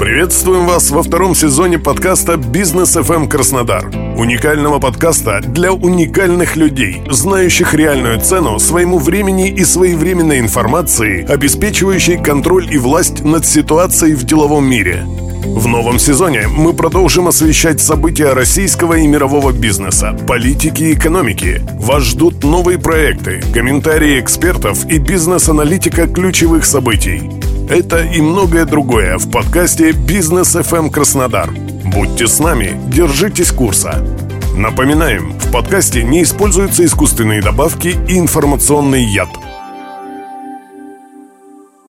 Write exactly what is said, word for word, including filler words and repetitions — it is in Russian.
Приветствуем вас во втором сезоне подкаста «Бизнес эф эм Краснодар». Уникального подкаста для уникальных людей, знающих реальную цену своему времени и своевременной информации, обеспечивающей контроль и власть над ситуацией в деловом мире. В новом сезоне мы продолжим освещать события российского и мирового бизнеса, политики и экономики. Вас ждут новые проекты, комментарии экспертов и бизнес-аналитика ключевых событий. Это и многое другое в подкасте «Бизнес эф эм Краснодар». Будьте с нами, держитесь курса. Напоминаем, в подкасте не используются искусственные добавки и информационный яд.